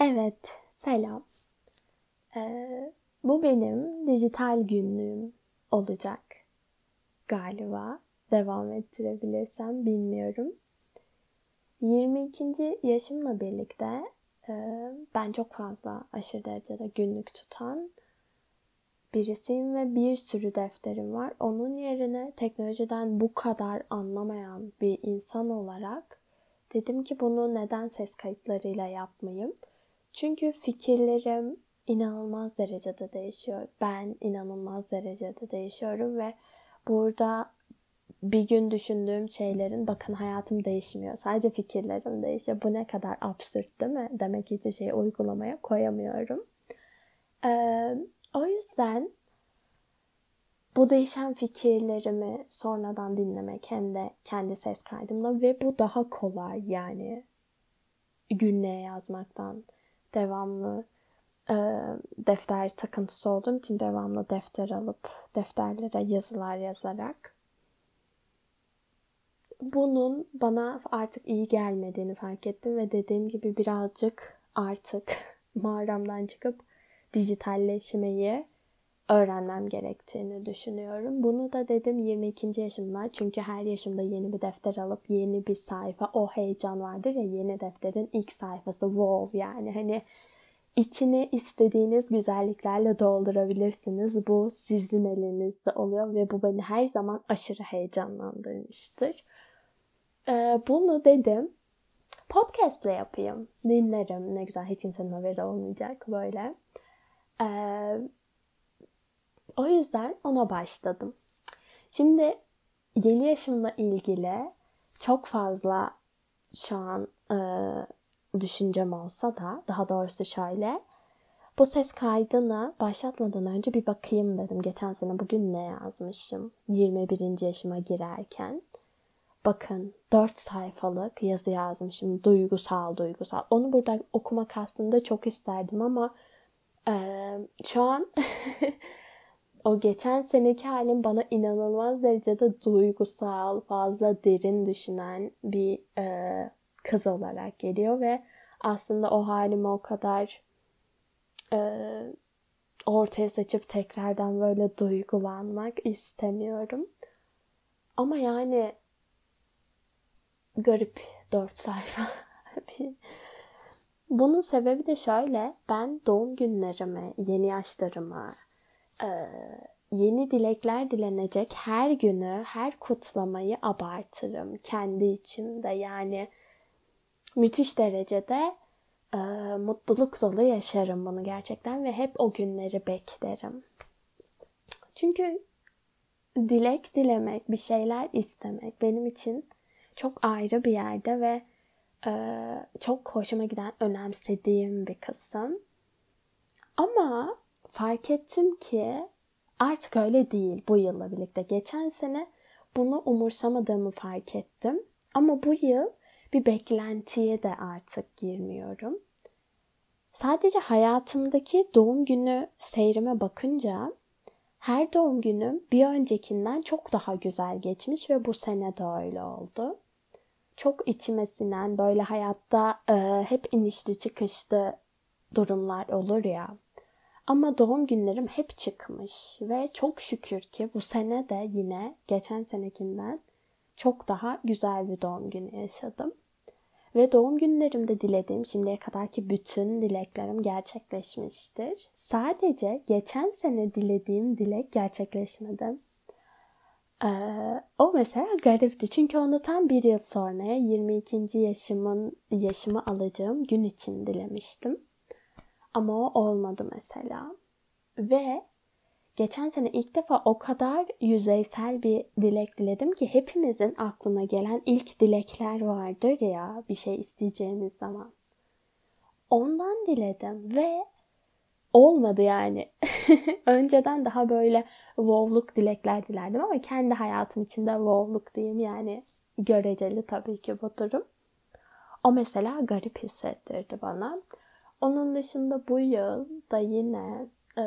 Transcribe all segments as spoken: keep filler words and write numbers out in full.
Evet, selam. Ee, bu benim dijital günlüğüm olacak galiba. Devam ettirebilirsem bilmiyorum. yirmi ikinci yaşımla birlikte e, ben çok fazla aşırı derecede günlük tutan birisiyim ve bir sürü defterim var. Onun yerine teknolojiden bu kadar anlamayan bir insan olarak dedim ki bunu neden ses kayıtlarıyla yapmayayım? Çünkü fikirlerim inanılmaz derecede değişiyor. Ben inanılmaz derecede değişiyorum ve burada bir gün düşündüğüm şeylerin bakın hayatım değişmiyor. Sadece fikirlerim değişiyor. Bu ne kadar absürt değil mi? Demek ki hiçbir şeyi uygulamaya koyamıyorum. Ee, o yüzden bu değişen fikirlerimi sonradan dinlemek hem de kendi ses kaydımla ve bu daha kolay yani günlüğe yazmaktan devamlı e, defter takıntısı olduğum için devamlı defter alıp defterlere yazılar yazarak bunun bana artık iyi gelmediğini fark ettim ve dediğim gibi birazcık artık mağaramdan çıkıp dijitalleşmeyi öğrenmem gerektiğini düşünüyorum. Bunu da dedim yirmi ikinci yaşımda. Çünkü her yaşımda yeni bir defter alıp yeni bir sayfa, o heyecan vardır ya, yeni defterin ilk sayfası, wow yani hani içini istediğiniz güzelliklerle doldurabilirsiniz. Bu sizin elinizde oluyor ve bu beni her zaman aşırı heyecanlandırmıştır. Ee, bunu dedim podcast'le yapayım. Dinlerim. Ne güzel, hiç kimsenin haberi olmayacak böyle. Ee, O yüzden ona başladım. Şimdi yeni yaşımla ilgili çok fazla şu an e, düşüncem olsa da, daha doğrusu şöyle, bu ses kaydını başlatmadan önce bir bakayım dedim. Geçen sene bugün ne yazmışım yirmi birinci yaşıma girerken. Bakın dört sayfalık yazı yazmışım. Duygusal duygusal. Onu burada okumak aslında çok isterdim ama e, şu an o geçen seneki halim bana inanılmaz derecede duygusal, fazla derin düşünen bir e, kız olarak geliyor ve aslında o halimi o kadar e, ortaya saçıp tekrardan böyle duygulanmak istemiyorum. Ama yani garip dört sayfa. Bunun sebebi de şöyle, ben doğum günlerimi, yeni yaşlarımı, yeni dilekler dilenecek her günü, her kutlamayı abartırım kendi içimde. Yani müthiş derecede e, mutluluk dolu yaşarım bunu gerçekten ve hep o günleri beklerim. Çünkü dilek dilemek, bir şeyler istemek benim için çok ayrı bir yerde ve e, çok hoşuma giden, önemsediğim bir kısım. Ama fark ettim ki artık öyle değil bu yılla birlikte. Geçen sene bunu umursamadığımı fark ettim. Ama bu yıl bir beklentiye de artık girmiyorum. Sadece hayatımdaki doğum günü seyrime bakınca her doğum günüm bir öncekinden çok daha güzel geçmiş ve bu sene de öyle oldu. Çok içime sinen, böyle hayatta e, hep inişli çıkışlı durumlar olur ya. Ama doğum günlerim hep çıkmış ve çok şükür ki bu sene de yine geçen senekinden çok daha güzel bir doğum günü yaşadım. Ve doğum günlerimde dilediğim şimdiye kadarki bütün dileklerim gerçekleşmiştir. Sadece geçen sene dilediğim dilek gerçekleşmedi. Ee, o mesela garipti. Çünkü onu tam bir yıl sonraya yirmi ikinci yaşımın yaşımı alacağım gün için dilemiştim. Ama o olmadı mesela. Ve geçen sene ilk defa o kadar yüzeysel bir dilek diledim ki hepimizin aklına gelen ilk dilekler vardır ya, bir şey isteyeceğimiz zaman. Ondan diledim ve olmadı yani. Önceden daha böyle wow'luk dilekler dilerdim ama kendi hayatım içinde wow'luk diyeyim yani, göreceli tabii ki bu durum. O mesela garip hissettirdi bana. Onun dışında bu yıl da yine e,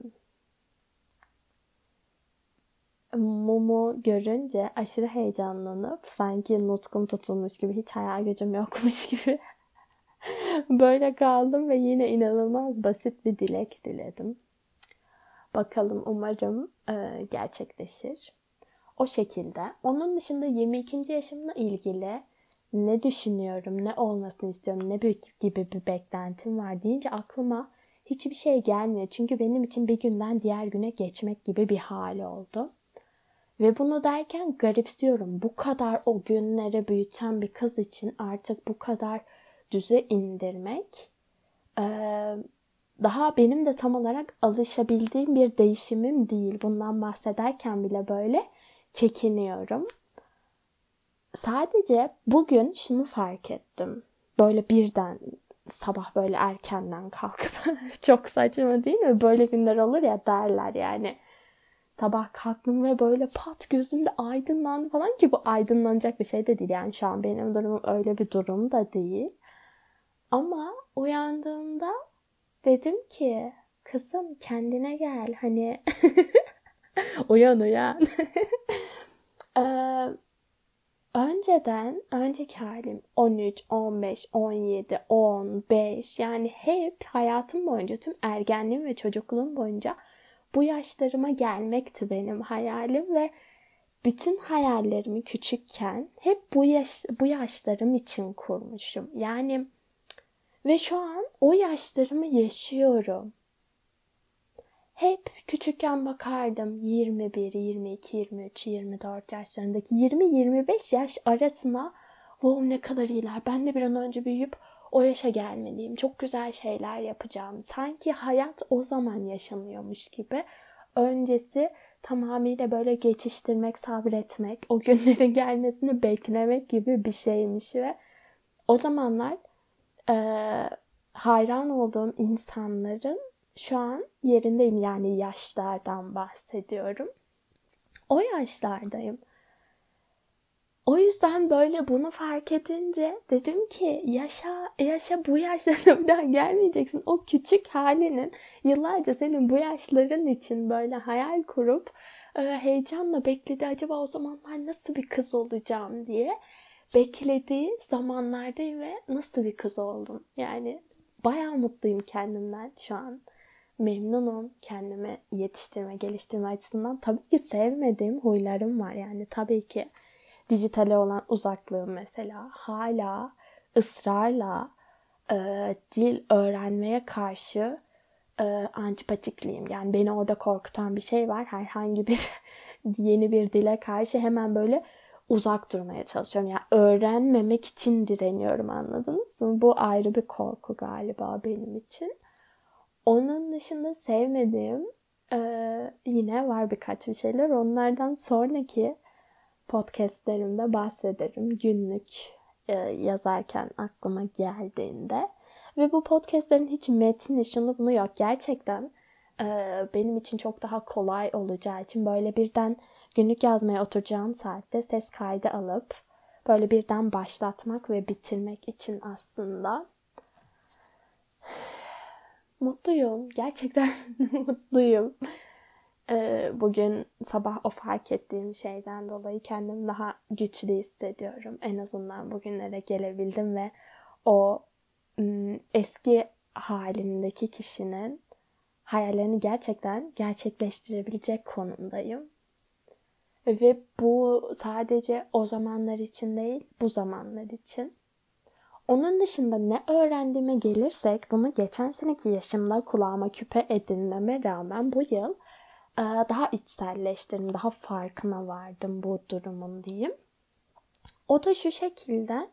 mumu görünce aşırı heyecanlanıp sanki nutkum tutulmuş gibi, hiç hayal gücüm yokmuş gibi Böyle kaldım ve yine inanılmaz basit bir dilek diledim. Bakalım, umarım e, gerçekleşir. O şekilde. Onun dışında yirmi ikinci yaşımla ilgili ne düşünüyorum, ne olmasını istiyorum, ne gibi bir beklentim var deyince aklıma hiçbir şey gelmiyor. Çünkü benim için bir günden diğer güne geçmek gibi bir hal oldu. Ve bunu derken garipsiyorum. Bu kadar o günleri büyüten bir kız için artık bu kadar düze indirmek daha benim de tam olarak alışabildiğim bir değişimim değil. Bundan bahsederken bile böyle çekiniyorum. Sadece bugün şunu fark ettim. Böyle birden sabah böyle erkenden kalkıp çok saçma değil mi? Böyle günler olur ya derler yani. Sabah kalktım ve böyle pat gözümde aydınlandı falan ki bu aydınlanacak bir şey de değil. Yani şu an benim durumum öyle bir durum da değil. Ama uyandığımda dedim ki kızım kendine gel hani uyan uyan. ee, önceden önceki halim on üç, on beş, on yedi, on beş yani hep hayatım boyunca tüm ergenliğim ve çocukluğum boyunca bu yaşlarıma gelmekti benim hayalim ve bütün hayallerimi küçükken hep bu yaş bu yaşlarım için kurmuşum. Yani ve şu an o yaşlarımı yaşıyorum. Hep küçükken bakardım yirmi bir, yirmi iki, yirmi üç, yirmi dört yaşlarındaki yirmi yirmi beş yaş arasına wow ne kadar iyiler. Ben de bir an önce büyüyüp o yaşa gelmeliyim. Çok güzel şeyler yapacağım. Sanki hayat o zaman yaşanıyormuş gibi. Öncesi tamamıyla böyle geçiştirmek, sabretmek, o günlerin gelmesini beklemek gibi bir şeymiş ve o zamanlar e, hayran olduğum insanların şu an yerindeyim, yani yaşlardan bahsediyorum. O yaşlardayım. O yüzden böyle bunu fark edince dedim ki yaşa yaşa bu yaşlara bir daha gelmeyeceksin. O küçük halinin yıllarca senin bu yaşların için böyle hayal kurup e, heyecanla bekledi. Acaba o zamanlar nasıl bir kız olacağım diye beklediği zamanlardayım ve nasıl bir kız oldum. Yani bayağı mutluyum kendimden şu an. Memnunum kendimi yetiştirme, geliştirme açısından. Tabii ki sevmediğim huylarım var. Yani tabii ki dijitale olan uzaklığım mesela hala ısrarla e, dil öğrenmeye karşı e, antipatikliyim. Yani beni orada korkutan bir şey var. Herhangi bir yeni bir dile karşı hemen böyle uzak durmaya çalışıyorum. Yani öğrenmemek için direniyorum, anladınız mı? Bu ayrı bir korku galiba benim için. Onun dışında sevmediğim e, yine var birkaç bir şeyler. Onlardan sonraki podcastlerimde bahsederim. Günlük e, yazarken aklıma geldiğinde. Ve bu podcastlerin hiç metni şunu bunu yok. Gerçekten e, benim için çok daha kolay olacağı için böyle birden günlük yazmaya oturacağım saatte ses kaydı alıp böyle birden başlatmak ve bitirmek için aslında mutluyum. Gerçekten mutluyum. Ee, bugün sabah o fark ettiğim şeyden dolayı kendimi daha güçlü hissediyorum. En azından bugünlere gelebildim ve o eski halimdeki kişinin hayallerini gerçekten gerçekleştirebilecek konumdayım. Ve bu sadece o zamanlar için değil, bu zamanlar için. Onun dışında ne öğrendiğime gelirsek, bunu geçen seneki yaşımda kulağıma küpe edinmeme rağmen bu yıl daha içselleştirdim, daha farkına vardım bu durumun diyeyim. O da şu şekilde,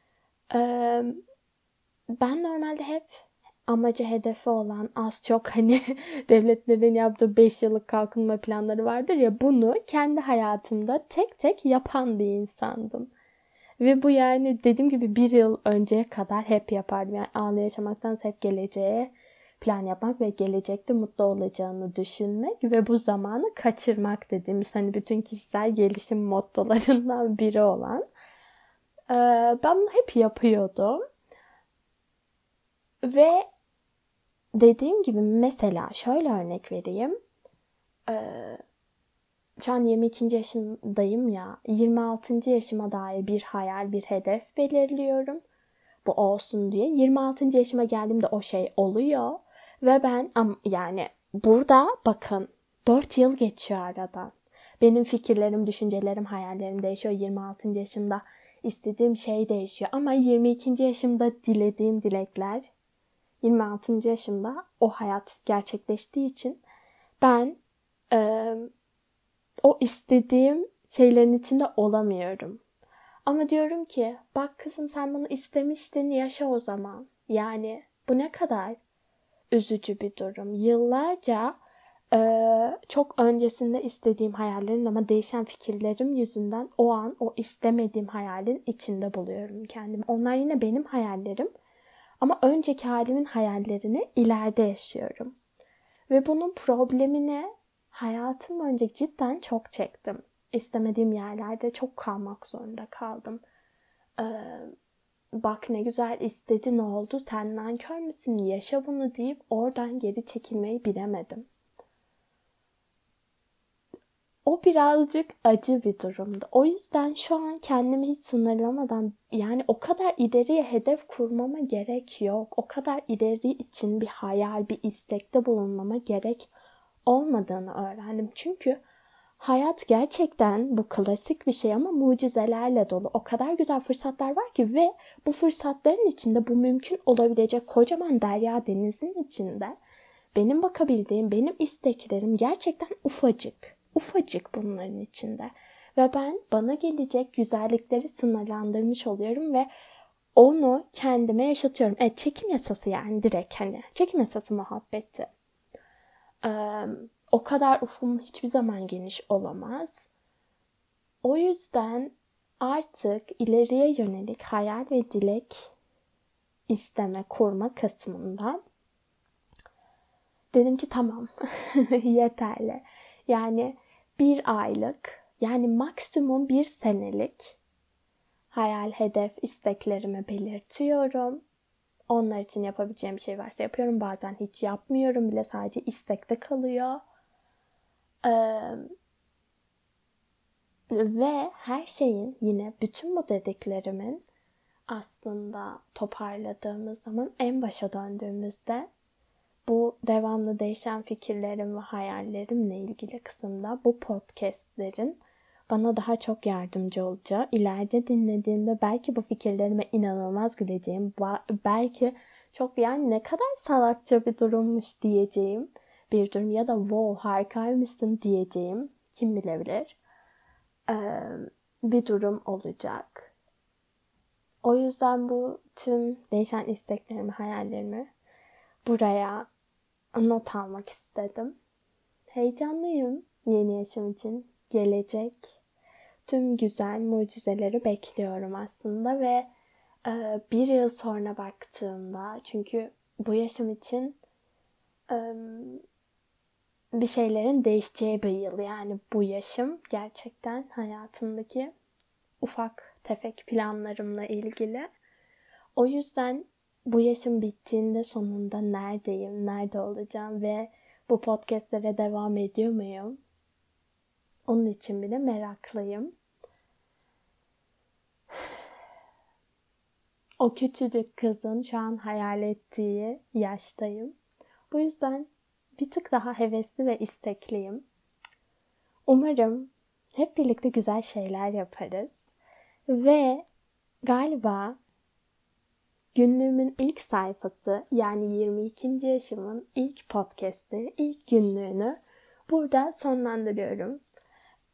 ben normalde hep amacı hedefi olan az çok hani devletlerin yaptığı beş yıllık kalkınma planları vardır ya, bunu kendi hayatımda tek tek yapan bir insandım. Ve bu yani dediğim gibi bir yıl önceye kadar hep yapardım. Yani anı yaşamaktansa hep geleceğe plan yapmak ve gelecekte mutlu olacağını düşünmek ve bu zamanı kaçırmak dediğimiz hani bütün kişisel gelişim mottolarından biri olan. Ben bunu hep yapıyordum. Ve dediğim gibi mesela şöyle örnek vereyim. Şu an yirmi ikinci yaşındayım ya. yirmi altıncı yaşıma dair bir hayal, bir hedef belirliyorum. bu olsun diye. yirmi altıncı yaşıma geldiğimde o şey oluyor. Ve ben yani burada bakın dört yıl geçiyor aradan. Benim fikirlerim, düşüncelerim, hayallerim değişiyor. yirmi altıncı yaşımda istediğim şey değişiyor. Ama yirmi ikinci yaşımda dilediğim dilekler yirmi altıncı yaşımda o hayat gerçekleştiği için ben e, o istediğim şeylerin içinde olamıyorum. Ama diyorum ki bak kızım sen bunu istemiştin, yaşa o zaman. Yani bu ne kadar üzücü bir durum. Yıllarca e, çok öncesinde istediğim hayallerin ama değişen fikirlerim yüzünden o an o istemediğim hayalin içinde buluyorum kendimi. Onlar yine benim hayallerim ama önceki halimin hayallerini ileride yaşıyorum. Ve bunun problemini hayatım boyunca cidden çok çektim. İstemediğim yerlerde çok kalmak zorunda kaldım. Ee, bak ne güzel istedin oldu, sen nankör müsün, yaşa bunu deyip oradan geri çekilmeyi bilemedim. O birazcık acı bir durumdu. O yüzden şu an kendimi hiç sınırlamadan yani o kadar ileriye hedef kurmama gerek yok. O kadar ileri için bir hayal, bir istekte bulunmama gerek olmadığını öğrendim. Çünkü hayat gerçekten bu klasik bir şey ama mucizelerle dolu. O kadar güzel fırsatlar var ki ve bu fırsatların içinde bu mümkün olabilecek kocaman derya denizin içinde benim bakabildiğim, benim isteklerim gerçekten ufacık. Ufacık bunların içinde. Ve ben bana gelecek güzellikleri sınırlandırmış oluyorum ve onu kendime yaşatıyorum. Evet, çekim yasası yani direkt hani çekim yasası muhabbeti. Ee, o kadar ufum hiçbir zaman geniş olamaz. O yüzden artık ileriye yönelik hayal ve dilek isteme, kurma kısmında dedim ki tamam yeterli. Yani bir aylık yani maksimum bir senelik hayal, hedef, isteklerimi belirtiyorum. Onlar için yapabileceğim bir şey varsa yapıyorum. Bazen hiç yapmıyorum bile, sadece istekte kalıyor. Ee, ve her şeyin yine bütün bu dediklerimin aslında toparladığımız zaman en başa döndüğümüzde bu devamlı değişen fikirlerim ve hayallerimle ilgili kısımda bu podcastlerin bana daha çok yardımcı olacağı, ileride dinlediğimde belki bu fikirlerime inanılmaz güleceğim, belki çok yani ne kadar salakça bir durummuş diyeceğim bir durum ya da wow harikaymışsın diyeceğim, kim bilebilir, ee, bir durum olacak. O yüzden bu tüm değişen isteklerimi, hayallerimi buraya not almak istedim. Heyecanlıyım yeni yaşam için. Gelecek tüm güzel mucizeleri bekliyorum aslında ve e, bir yıl sonra baktığımda, çünkü bu yaşam için e, bir şeylerin değişeceği bir yıl. Yani bu yaşım gerçekten hayatımdaki ufak tefek planlarımla ilgili. O yüzden bu yaşım bittiğinde sonunda neredeyim, nerede olacağım ve bu podcastlere devam ediyor muyum? Onun için bile meraklıyım. O küçücük kızın şu an hayal ettiği yaştayım. Bu yüzden bir tık daha hevesli ve istekliyim. Umarım hep birlikte güzel şeyler yaparız. Ve galiba günlüğümün ilk sayfası, yani yirmi ikinci yaşımın ilk podcast'i, ilk günlüğünü burada sonlandırıyorum.